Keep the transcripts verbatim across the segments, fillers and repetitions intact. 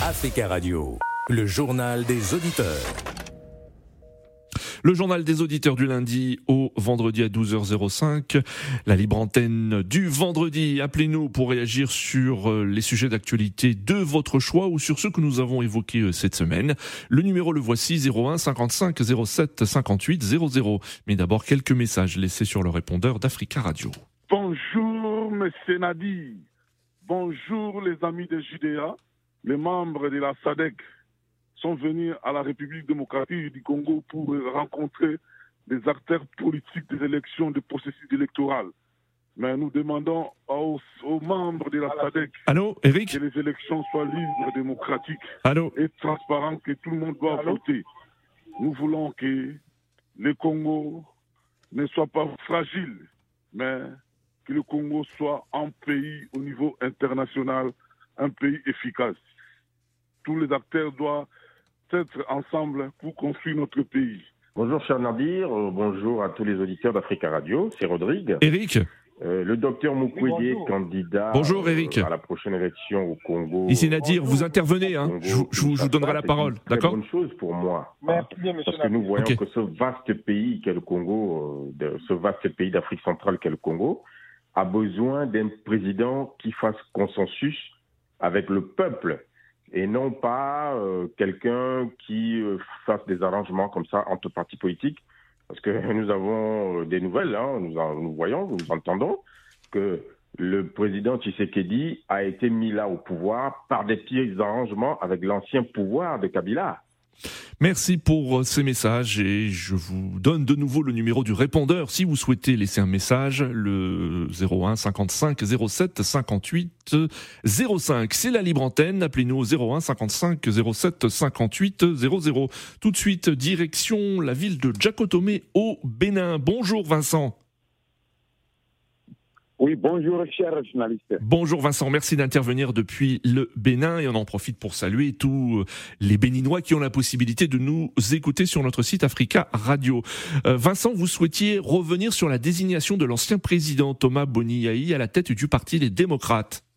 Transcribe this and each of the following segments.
Africa Radio, le journal des auditeurs. Le journal des auditeurs du lundi au vendredi à douze heures cinq. La libre antenne du vendredi. Appelez-nous pour réagir sur les sujets d'actualité de votre choix ou sur ceux que nous avons évoqués cette semaine. Le numéro, le voici, zéro un cinquante-cinq zéro sept cinquante-huit zéro zéro. Mais d'abord, quelques messages laissés sur le répondeur d'Africa Radio. Bonjour, monsieur Nadi. Bonjour, les amis de Judéa. Les membres de la S A D C sont venus à la République démocratique du Congo pour rencontrer des acteurs politiques des élections, des processus électoraux. Mais nous demandons aux, aux membres de la S A D C Allô, Eric que les élections soient libres, démocratiques Allô et transparentes, que tout le monde doit Allô voter. Nous voulons que le Congo ne soit pas fragile, mais que le Congo soit un pays au niveau international, un pays efficace. Tous les acteurs doivent être ensemble pour construire notre pays. Bonjour cher Nadir, euh, bonjour à tous les auditeurs d'Africa Radio, c'est Rodrigue. Eric euh, Le docteur Mukwege, oui, candidat bonjour, Eric. Euh, à la prochaine élection au Congo. Ici Nadir, bonjour. Vous intervenez, hein. Congo, je, je, je vous donnerai la parole, c'est d'accord ? C'est une très bonne chose pour moi, Merci hein, bien, monsieur parce que nous voyons okay. que ce vaste pays qu'est le Congo, euh, de, ce vaste pays d'Afrique centrale qu'est le Congo, a besoin d'un président qui fasse consensus avec le peuple, et non pas euh, quelqu'un qui euh, fasse des arrangements comme ça entre partis politiques, parce que nous avons euh, des nouvelles, hein, nous, en, nous voyons, nous entendons que le président Tshisekedi a été mis là au pouvoir par des petits arrangements avec l'ancien pouvoir de Kabila. Merci pour ces messages et je vous donne de nouveau le numéro du répondeur si vous souhaitez laisser un message, le zéro un cinquante-cinq zéro sept cinquante-huit zéro cinq. C'est la libre antenne, appelez-nous au zéro un cinquante-cinq zéro sept cinquante-huit zéro zéro. Tout de suite, direction la ville de Djakotomé au Bénin. Bonjour Vincent. Oui, bonjour, cher journaliste. Bonjour Vincent, merci d'intervenir depuis le Bénin et on en profite pour saluer tous les Béninois qui ont la possibilité de nous écouter sur notre site Africa Radio. Euh, Vincent, vous souhaitiez revenir sur la désignation de l'ancien président Thomas Boni Yayi à la tête du Parti des démocrates.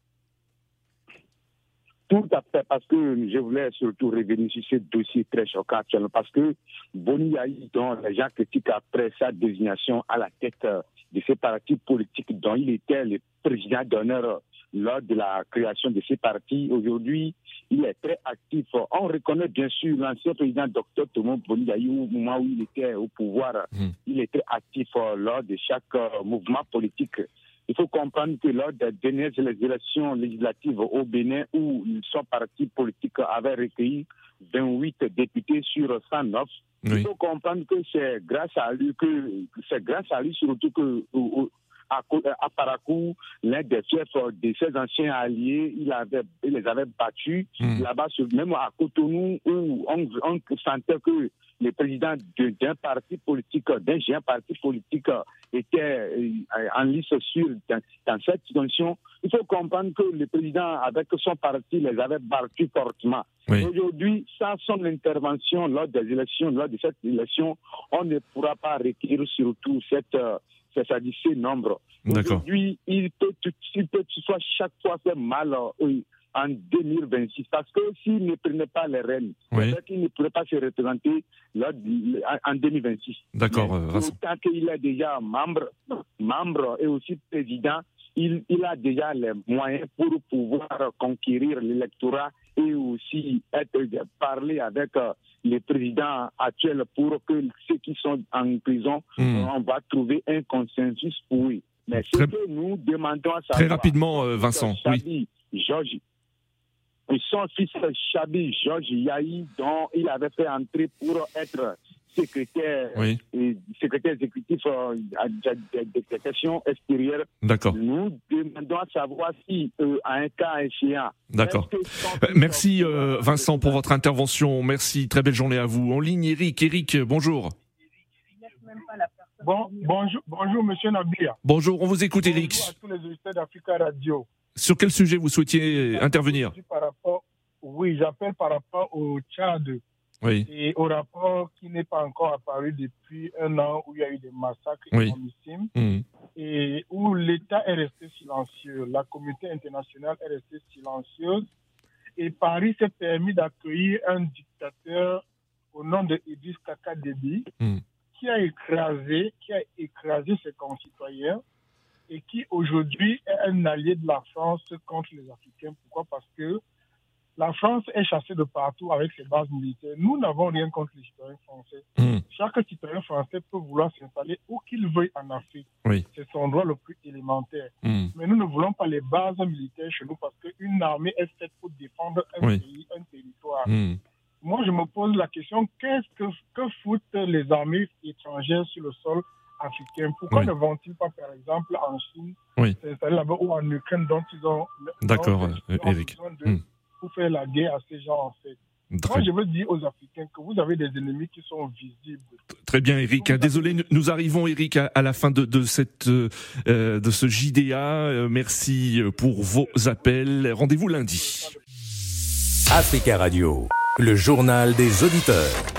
Tout à fait, parce que je voulais surtout revenir sur ce dossier très choquant actuellement, parce que Boni Yayi, dont les gens critiquent après sa désignation à la tête de ces partis politiques dont il était le président d'honneur lors de la création de ces partis. Aujourd'hui, il est très actif. On reconnaît bien sûr l'ancien président docteur Thomas Boni Yayi au moment où il était au pouvoir. Mmh. Il était actif lors de chaque mouvement politique. Il faut comprendre que lors des dernières élections législatives au Bénin, où son parti politique avait recueilli vingt-huit députés sur cent neuf, oui. Il faut comprendre que c'est grâce à lui que c'est grâce à lui surtout que à, à Parakou, l'un des chefs de ses anciens alliés, il, avait, il les avait battus mmh. là-bas, même à Cotonou, où on, on sentait que le président d'un parti politique, d'un géant parti politique était en lice sûre dans, dans cette situation. Il faut comprendre que le président, avec son parti, les avait battus fortement. Oui. Aujourd'hui, sans son intervention lors des élections, lors de cette élection, on ne pourra pas recueillir surtout cette, c'est-à-dire ces nombres. Aujourd'hui, il peut, il peut soit chaque fois faire mal euh, en deux mille vingt-six, parce que s'il ne prenait pas les rênes, oui. il ne pourrait pas se représenter là, en deux mille vingt-six. D'accord. Euh, Autant qu'il est déjà membre, membre et aussi président, il, il a déjà les moyens pour pouvoir conquérir l'électorat et aussi être, parler avec euh, les présidents actuels pour que ceux qui sont en prison, mmh. on va trouver un consensus pour eux. Mais ce très, que nous demandons à savoir... Très rapidement, euh, Vincent. Chabi, oui. Georges, son fils Chabi Georges Yayi, dont il avait fait entrer pour être secrétaire, oui. euh, secrétaire exécutif euh, des questions extérieures. D'accord. Nous demandons à savoir si, euh, à un cas échéant... D'accord. Euh, merci euh, Vincent pour votre intervention. Merci, très belle journée à vous. En ligne, Eric. Eric, bonjour. Bon, bonjour, bonjour, monsieur Nabia. Bonjour, on vous écoute, bonjour Eric. Bonjour à tous les auditeurs d'Africa Radio. Sur quel sujet vous souhaitiez intervenir ? Par rapport, Oui, j'appelle par rapport au Tchad. Oui. Et au rapport qui n'est pas encore apparu depuis un an, où il y a eu des massacres oui. énormissimes, mmh. et où l'État est resté silencieux, la communauté internationale est restée silencieuse, Et Paris s'est permis d'accueillir un dictateur au nom de Idriss Kaka Déby, mm. qui a écrasé, qui a écrasé ses concitoyens et qui aujourd'hui est un allié de la France contre les Africains. Pourquoi ? Parce que la France est chassée de partout avec ses bases militaires. Nous n'avons rien contre les citoyens français. Mmh. Chaque citoyen français peut vouloir s'installer où qu'il veuille en Afrique. Oui. C'est son droit le plus élémentaire. Mmh. Mais nous ne voulons pas les bases militaires chez nous parce qu'une armée est faite pour défendre un oui. pays, un territoire. Mmh. Moi, je me pose la question, qu'est-ce que, que foutent les armées étrangères sur le sol africain ? Pourquoi oui. ne vont-ils pas, par exemple, en Chine, oui. s'installer là-bas ou en Ukraine, dont ils ont... D'accord, euh, Eric. De, mmh. pour faire la guerre à ces gens, en fait. Très... Moi, je veux dire aux Africains que vous avez des ennemis qui sont visibles. Très bien, Eric. Désolé, avez... nous arrivons, Eric, à, à la fin de, de, cette, euh, de ce J D A. Euh, merci pour vos appels. Rendez-vous lundi. Africa Radio, le journal des auditeurs.